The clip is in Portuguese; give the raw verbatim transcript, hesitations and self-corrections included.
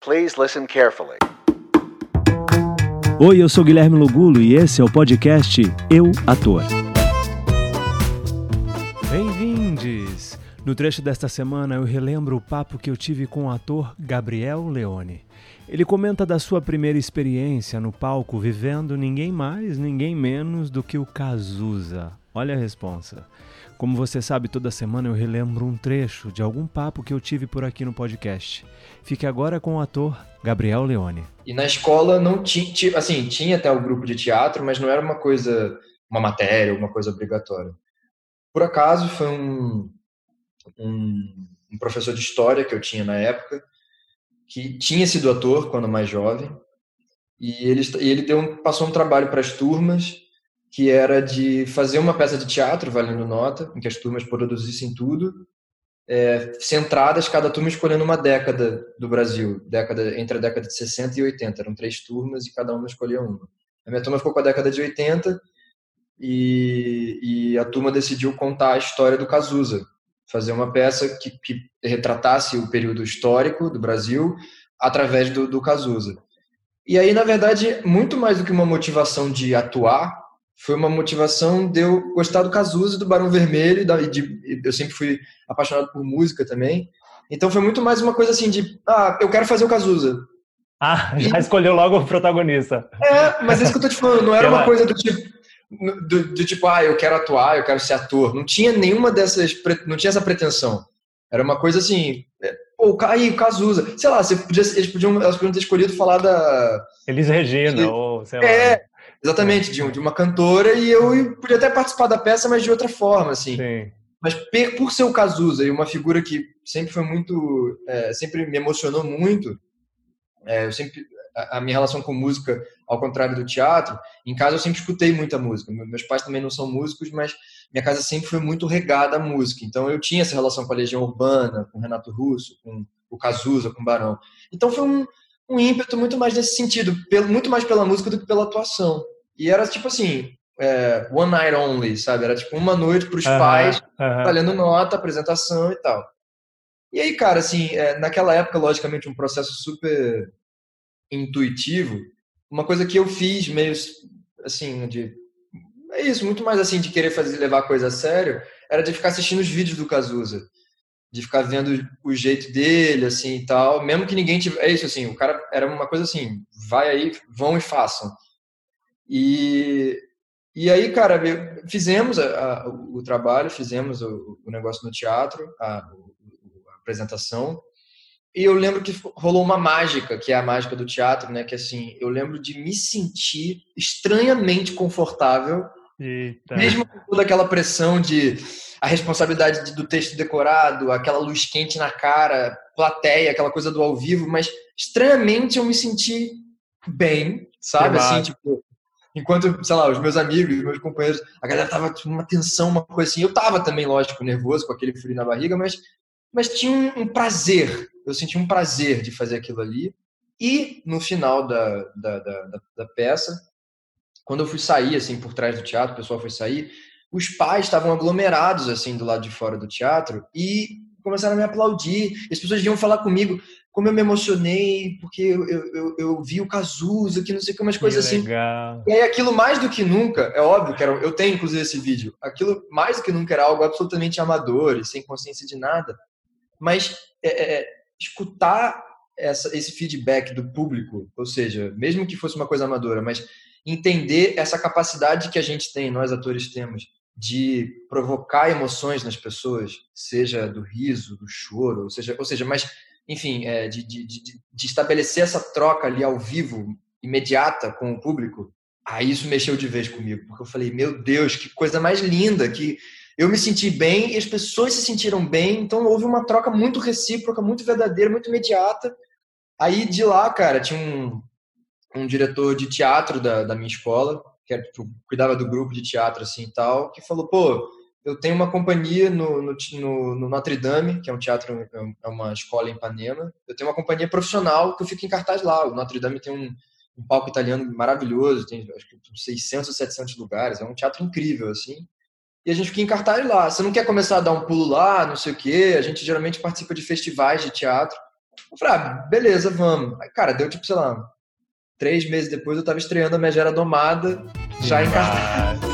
Please listen carefully. Oi, eu sou Guilherme Lugulo e esse é o podcast Eu, Ator. Bem-vindes! No trecho desta semana eu relembro o papo que eu tive com o ator Gabriel Leone. Ele comenta da sua primeira experiência no palco vivendo ninguém mais, ninguém menos do que o Cazuza. Olha a responsa. Como você sabe, toda semana eu relembro um trecho de algum papo que eu tive por aqui no podcast. Fique agora com o ator Gabriel Leone. E na escola não tinha, assim, tinha até o grupo de teatro, mas não era uma coisa, uma matéria, uma coisa obrigatória. Por acaso, foi um, um, um professor de história que eu tinha na época, que tinha sido ator quando mais jovem, e ele, e ele deu um, passou um trabalho para as turmas, que era de fazer uma peça de teatro, valendo nota, em que as turmas produzissem tudo, é, centradas, cada turma escolhendo uma década do Brasil, década, entre a década de sessenta e oitenta. Eram três turmas e cada uma escolhia uma. A minha turma ficou com a década de oitenta e, e a turma decidiu contar a história do Cazuza, fazer uma peça que, que retratasse o período histórico do Brasil através do, do Cazuza. E aí, na verdade, muito mais do que uma motivação de atuar, foi uma motivação de eu gostar do Cazuza, do Barão Vermelho, e de, eu sempre fui apaixonado por música também. Então foi muito mais uma coisa assim de, ah, eu quero fazer o Cazuza. Ah, já e... escolheu logo o protagonista. É, mas é isso que eu tô te falando, não era uma coisa do tipo, do, do tipo, ah, eu quero atuar, eu quero ser ator. Não tinha nenhuma dessas, não tinha essa pretensão. Era uma coisa assim, pô, aí o Cazuza, sei lá, você podia, eles podiam, elas podiam ter escolhido falar da... Elis Regina, de, ou sei lá. É, exatamente, de, de uma cantora, e eu podia até participar da peça, mas de outra forma, assim. Sim. Mas por ser o Cazuza e uma figura que sempre foi muito, é, sempre me emocionou muito, é, eu sempre, a, a minha relação com música, ao contrário do teatro, em casa eu sempre escutei muita música. Meus pais também não são músicos, mas minha casa sempre foi muito regada à música. Então eu tinha essa relação com a Legião Urbana, com o Renato Russo, com o Cazuza, com o Barão. Então foi um, um ímpeto muito mais nesse sentido, pelo, muito mais pela música do que pela atuação. E era tipo assim, é, one night only, sabe? Era tipo uma noite para os uhum, pais, uhum. valendo nota, apresentação e tal. E aí, cara, assim, é, naquela época, logicamente, um processo super intuitivo, uma coisa que eu fiz meio, assim, de... É isso, muito mais assim, de querer fazer, levar a coisa a sério, era de ficar assistindo os vídeos do Cazuza, de ficar vendo o jeito dele, assim, e tal, mesmo que ninguém tivesse... É isso, assim, o cara era uma coisa assim, vai aí, vão e façam. E, e aí, cara, fizemos a, a, o trabalho, fizemos o, o negócio no teatro, a, a apresentação, e eu lembro que rolou uma mágica, que é a mágica do teatro, né? Que assim, eu lembro de me sentir estranhamente confortável, Eita. Mesmo com toda aquela pressão de a responsabilidade de, do texto decorado, aquela luz quente na cara, plateia, aquela coisa do ao vivo, mas estranhamente eu me senti bem, sabe? Assim, tipo, enquanto, sei lá, os meus amigos, os meus companheiros, a galera tava com uma tensão, uma coisa assim. Eu tava também, lógico, nervoso, com aquele frio na barriga, mas, mas tinha um, um prazer. Eu senti um prazer de fazer aquilo ali. E no final da, da, da, da peça, quando eu fui sair, assim, por trás do teatro, o pessoal foi sair, os pais estavam aglomerados, assim, do lado de fora do teatro e começaram a me aplaudir. E as pessoas vinham falar comigo como eu me emocionei, porque eu, eu, eu, eu vi o Cazuza, que não sei o que, umas coisas assim. Legal. E aí aquilo mais do que nunca, é óbvio que era, eu tenho inclusive esse vídeo, aquilo mais do que nunca era algo absolutamente amador e sem consciência de nada, mas é, é, escutar essa, esse feedback do público, ou seja, mesmo que fosse uma coisa amadora, mas entender essa capacidade que a gente tem, nós atores temos, de provocar emoções nas pessoas, seja do riso, do choro, ou seja, ou seja mas enfim, é, de, de, de, de estabelecer essa troca ali ao vivo, imediata com o público, aí isso mexeu de vez comigo, porque eu falei, meu Deus, que coisa mais linda, que eu me senti bem e as pessoas se sentiram bem, então houve uma troca muito recíproca, muito verdadeira, muito imediata. Aí de lá, cara, tinha um, um diretor de teatro da, da minha escola, que era, tipo, cuidava do grupo de teatro assim e tal, que falou, pô, eu tenho uma companhia no, no, no, no Notre Dame, que é um teatro, é uma escola em Ipanema. Eu tenho uma companhia profissional que eu fico em cartaz lá. O Notre Dame tem um, um palco italiano maravilhoso, tem acho que seiscentos ou setecentos lugares, é um teatro incrível, assim. E a gente fica em cartaz lá. Você não quer começar a dar um pulo lá, não sei o quê? A gente geralmente participa de festivais de teatro. Eu falei, ah, beleza, vamos. Aí, cara, deu tipo, sei lá, três meses depois eu tava estreando a Megera Domada, já em cartaz.